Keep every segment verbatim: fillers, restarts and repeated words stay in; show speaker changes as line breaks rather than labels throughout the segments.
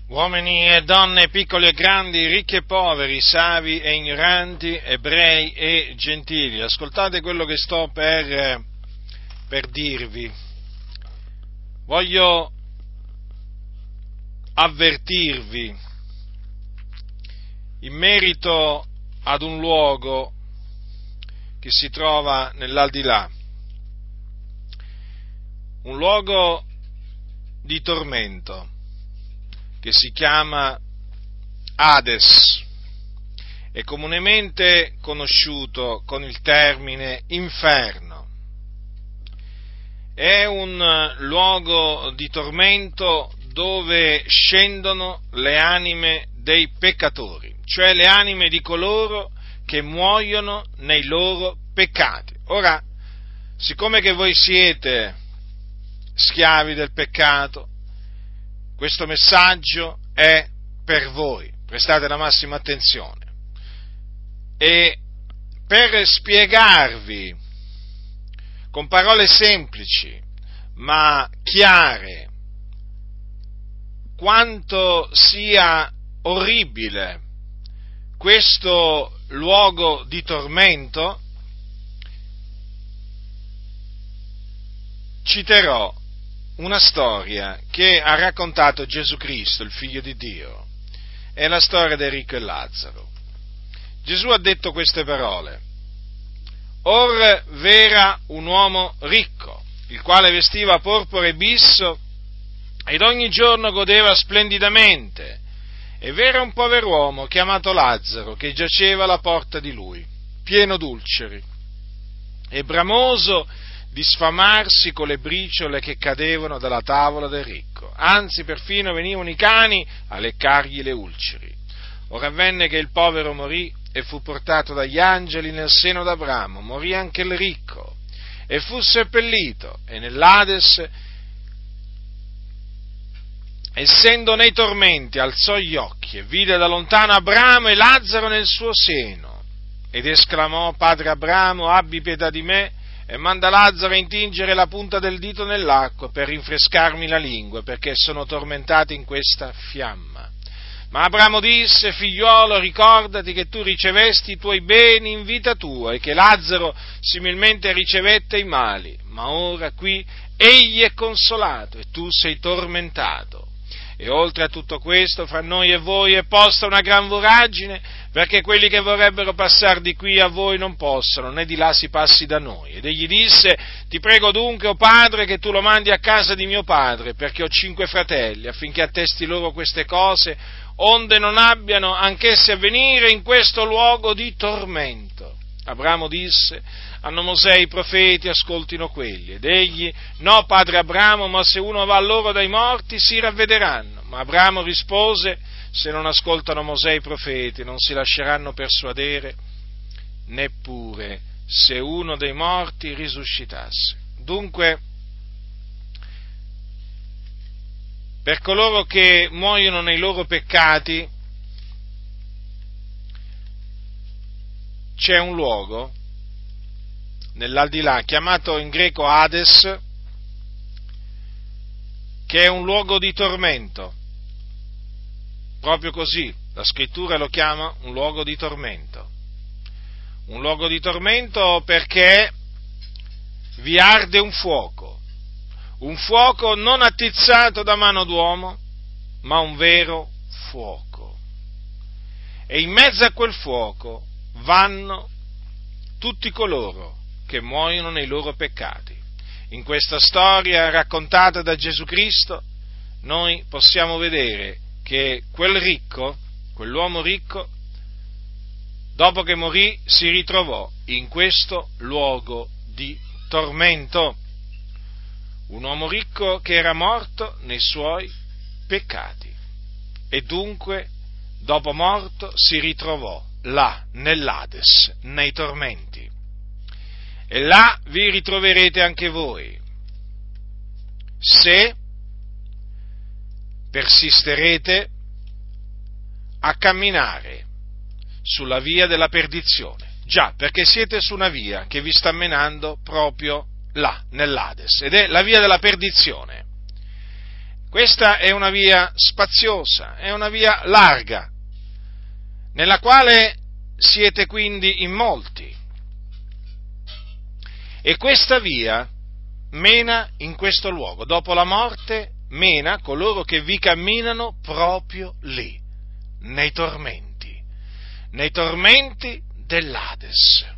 Uomini e donne, piccoli e grandi, ricchi e poveri, savi e ignoranti, ebrei e gentili, ascoltate quello che sto per, per dirvi. Voglio avvertirvi in merito ad un luogo che si trova nell'aldilà, un luogo di tormento che si chiama Hades, è comunemente conosciuto con il termine inferno. È un luogo di tormento dove scendono le anime dei peccatori, cioè le anime di coloro che muoiono nei loro peccati. Ora, siccome che voi siete schiavi del peccato, questo messaggio è per voi, prestate la massima attenzione. E per spiegarvi con parole semplici ma chiare quanto sia orribile questo luogo di tormento, citerò una storia che ha raccontato Gesù Cristo, il Figlio di Dio. È la storia del ricco e Lazzaro. Gesù ha detto queste parole: Or v'era un uomo ricco, il quale vestiva porpora e bisso ed ogni giorno godeva splendidamente, e v'era un pover'uomo chiamato Lazzaro, che giaceva alla porta di lui, pieno d'ulceri, e bramoso di sfamarsi con le briciole che cadevano dalla tavola del ricco, anzi perfino venivano i cani a leccargli le ulceri. Ora avvenne che il povero morì e fu portato dagli angeli nel seno d'Abramo, morì anche il ricco e fu seppellito, e nell'Ades, essendo nei tormenti, alzò gli occhi e vide da lontano Abramo e Lazzaro nel suo seno, ed esclamò: Padre Abramo, abbi pietà di me e manda Lazzaro a intingere la punta del dito nell'acqua per rinfrescarmi la lingua, perché sono tormentato in questa fiamma. Ma Abramo disse: Figliuolo, ricordati che tu ricevesti i tuoi beni in vita tua e che Lazzaro similmente ricevette i mali, ma ora qui egli è consolato e tu sei tormentato. E oltre a tutto questo, fra noi e voi è posta una gran voragine, perché quelli che vorrebbero passare di qui a voi non possono, né di là si passi da noi. Ed egli disse: Ti prego dunque, o padre, che tu lo mandi a casa di mio padre, perché ho cinque fratelli, affinché attesti loro queste cose, onde non abbiano anch'essi a venire in questo luogo di tormento. Abramo disse: Hanno Mosè e i profeti, ascoltino quelli. Ed egli: No, padre Abramo, ma se uno va a loro dai morti si ravvederanno. Ma Abramo rispose: Se non ascoltano Mosè e i profeti, non si lasceranno persuadere, neppure se uno dei morti risuscitasse. Dunque, per coloro che muoiono nei loro peccati c'è un luogo nell'aldilà chiamato in greco Hades, che è un luogo di tormento. Proprio così, la scrittura lo chiama un luogo di tormento. Un luogo di tormento perché vi arde un fuoco, un fuoco non attizzato da mano d'uomo, ma un vero fuoco. E in mezzo a quel fuoco vanno tutti coloro che muoiono nei loro peccati. In questa storia raccontata da Gesù Cristo, noi possiamo vedere che quel ricco, quell'uomo ricco, dopo che morì, si ritrovò in questo luogo di tormento. Un uomo ricco che era morto nei suoi peccati e dunque, dopo morto, si ritrovò là, nell'Hades, nei tormenti. E là vi ritroverete anche voi, se persisterete a camminare sulla via della perdizione. Già, perché siete su una via che vi sta menando proprio là, nell'Hades, ed è la via della perdizione. Questa è una via spaziosa, è una via larga, nella quale siete quindi in molti. E questa via mena in questo luogo. Dopo la morte mena coloro che vi camminano proprio lì, nei tormenti, nei tormenti dell'Ades.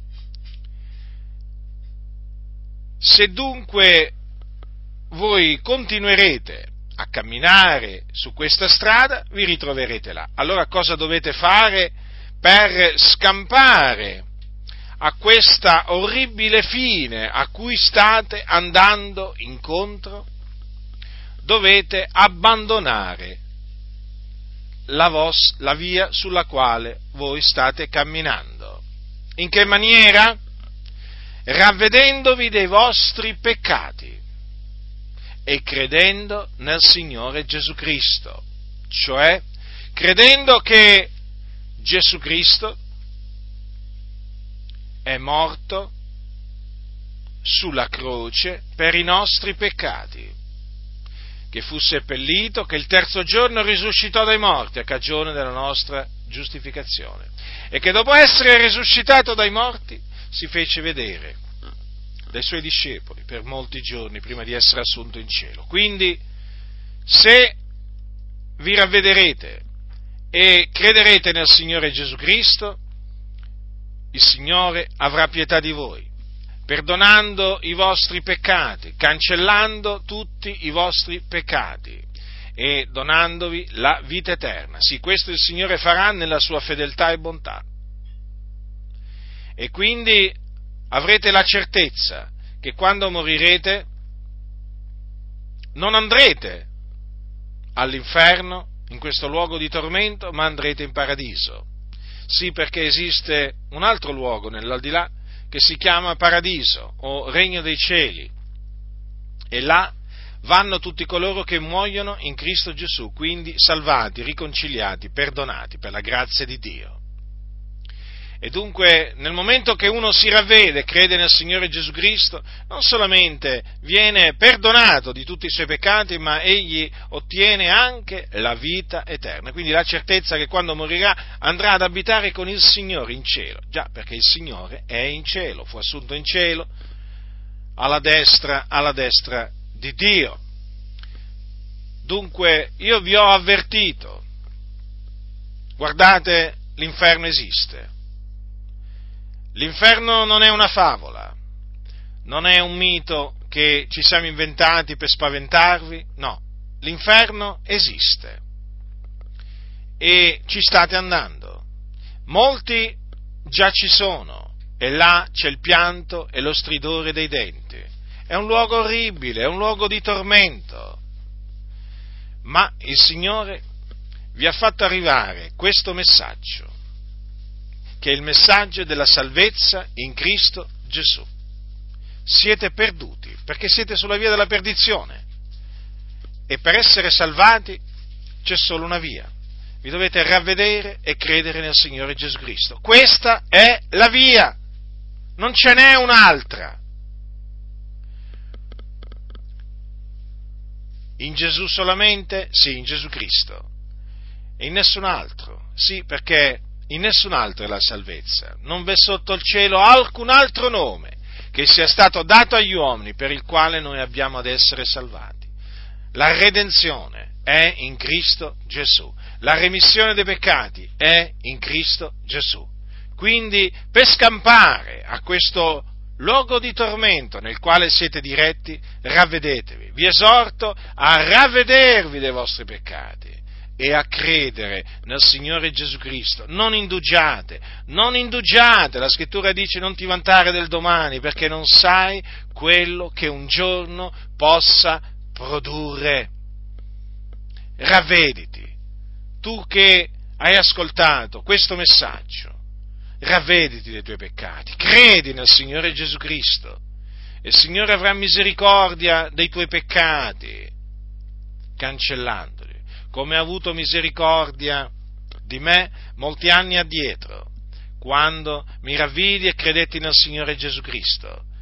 Se dunque voi continuerete a camminare su questa strada, vi ritroverete là. Allora cosa dovete fare per scampare a questa orribile fine a cui state andando incontro? Dovete abbandonare la, vos- la via sulla quale voi state camminando. In che maniera? Ravvedendovi dei vostri peccati e credendo nel Signore Gesù Cristo, cioè credendo che Gesù Cristo è morto sulla croce per i nostri peccati, che fu seppellito, che il terzo giorno risuscitò dai morti a cagione della nostra giustificazione e che dopo essere risuscitato dai morti si fece vedere dai suoi discepoli per molti giorni prima di essere assunto in cielo. Quindi, se vi ravvederete e crederete nel Signore Gesù Cristo, il Signore avrà pietà di voi, perdonando i vostri peccati, cancellando tutti i vostri peccati e donandovi la vita eterna. Sì, questo il Signore farà nella sua fedeltà e bontà. E quindi avrete la certezza che quando morirete non andrete all'inferno, in questo luogo di tormento, ma andrete in paradiso. Sì, perché esiste un altro luogo nell'aldilà che si chiama paradiso o regno dei cieli, e là vanno tutti coloro che muoiono in Cristo Gesù, quindi salvati, riconciliati, perdonati per la grazia di Dio. E dunque, nel momento che uno si ravvede, crede nel Signore Gesù Cristo, non solamente viene perdonato di tutti i suoi peccati, ma egli ottiene anche la vita eterna. Quindi la certezza che quando morirà andrà ad abitare con il Signore in cielo. Già, perché il Signore è in cielo, fu assunto in cielo, alla destra, alla destra di Dio. Dunque, io vi ho avvertito, guardate, l'inferno esiste. L'inferno non è una favola, non è un mito che ci siamo inventati per spaventarvi, no, l'inferno esiste e ci state andando. Molti già ci sono e là c'è il pianto e lo stridore dei denti. È un luogo orribile, è un luogo di tormento, ma il Signore vi ha fatto arrivare questo messaggio, che è il messaggio della salvezza in Cristo Gesù. Siete perduti, perché siete sulla via della perdizione, e per essere salvati c'è solo una via. Vi dovete ravvedere e credere nel Signore Gesù Cristo. Questa è la via, non ce n'è un'altra. In Gesù solamente? Sì, in Gesù Cristo. E in nessun altro. Sì, perché in nessun altro è la salvezza. Non v'è sotto il cielo alcun altro nome che sia stato dato agli uomini per il quale noi abbiamo ad essere salvati. La redenzione è in Cristo Gesù. La remissione dei peccati è in Cristo Gesù. Quindi, per scampare a questo luogo di tormento nel quale siete diretti, ravvedetevi. Vi esorto a ravvedervi dei vostri peccati e a credere nel Signore Gesù Cristo. Non indugiate, non indugiate, la Scrittura dice non ti vantare del domani, perché non sai quello che un giorno possa produrre. Ravvediti, tu che hai ascoltato questo messaggio, ravvediti dei tuoi peccati, credi nel Signore Gesù Cristo, e il Signore avrà misericordia dei tuoi peccati, cancellandoli, come ha avuto misericordia di me molti anni addietro, quando mi ravvidi e credetti nel Signore Gesù Cristo.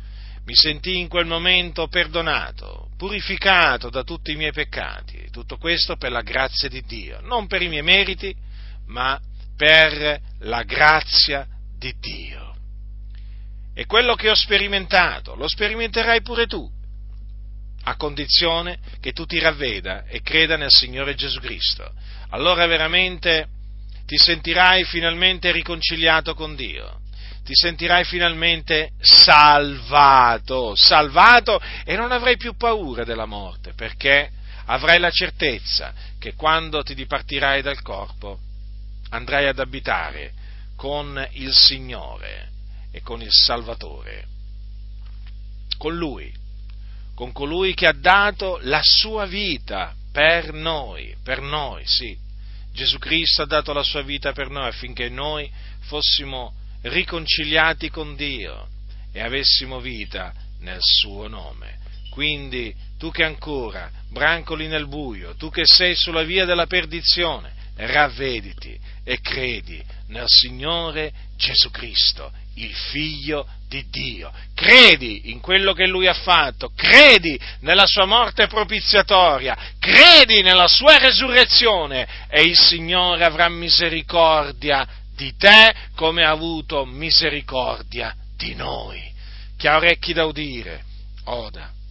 mi sentii in quel momento perdonato, purificato da tutti i miei peccati, tutto questo per la grazia di Dio, non per i miei meriti, ma per la grazia di Dio. E quello che ho sperimentato, lo sperimenterai pure tu, a condizione che tu ti ravveda e creda nel Signore Gesù Cristo. Allora veramente ti sentirai finalmente riconciliato con Dio, ti sentirai finalmente salvato, salvato e non avrai più paura della morte, perché avrai la certezza che quando ti dipartirai dal corpo andrai ad abitare con il Signore e con il Salvatore, con Lui, con colui che ha dato la sua vita per noi, per noi, sì. Gesù Cristo ha dato la sua vita per noi affinché noi fossimo riconciliati con Dio e avessimo vita nel suo nome. Quindi tu che ancora brancoli nel buio, tu che sei sulla via della perdizione, ravvediti e credi nel Signore Gesù Cristo, il Figlio di Dio. Credi in quello che Lui ha fatto, credi nella sua morte propiziatoria, credi nella sua resurrezione e il Signore avrà misericordia di te come ha avuto misericordia di noi. Chi ha orecchi da udire, oda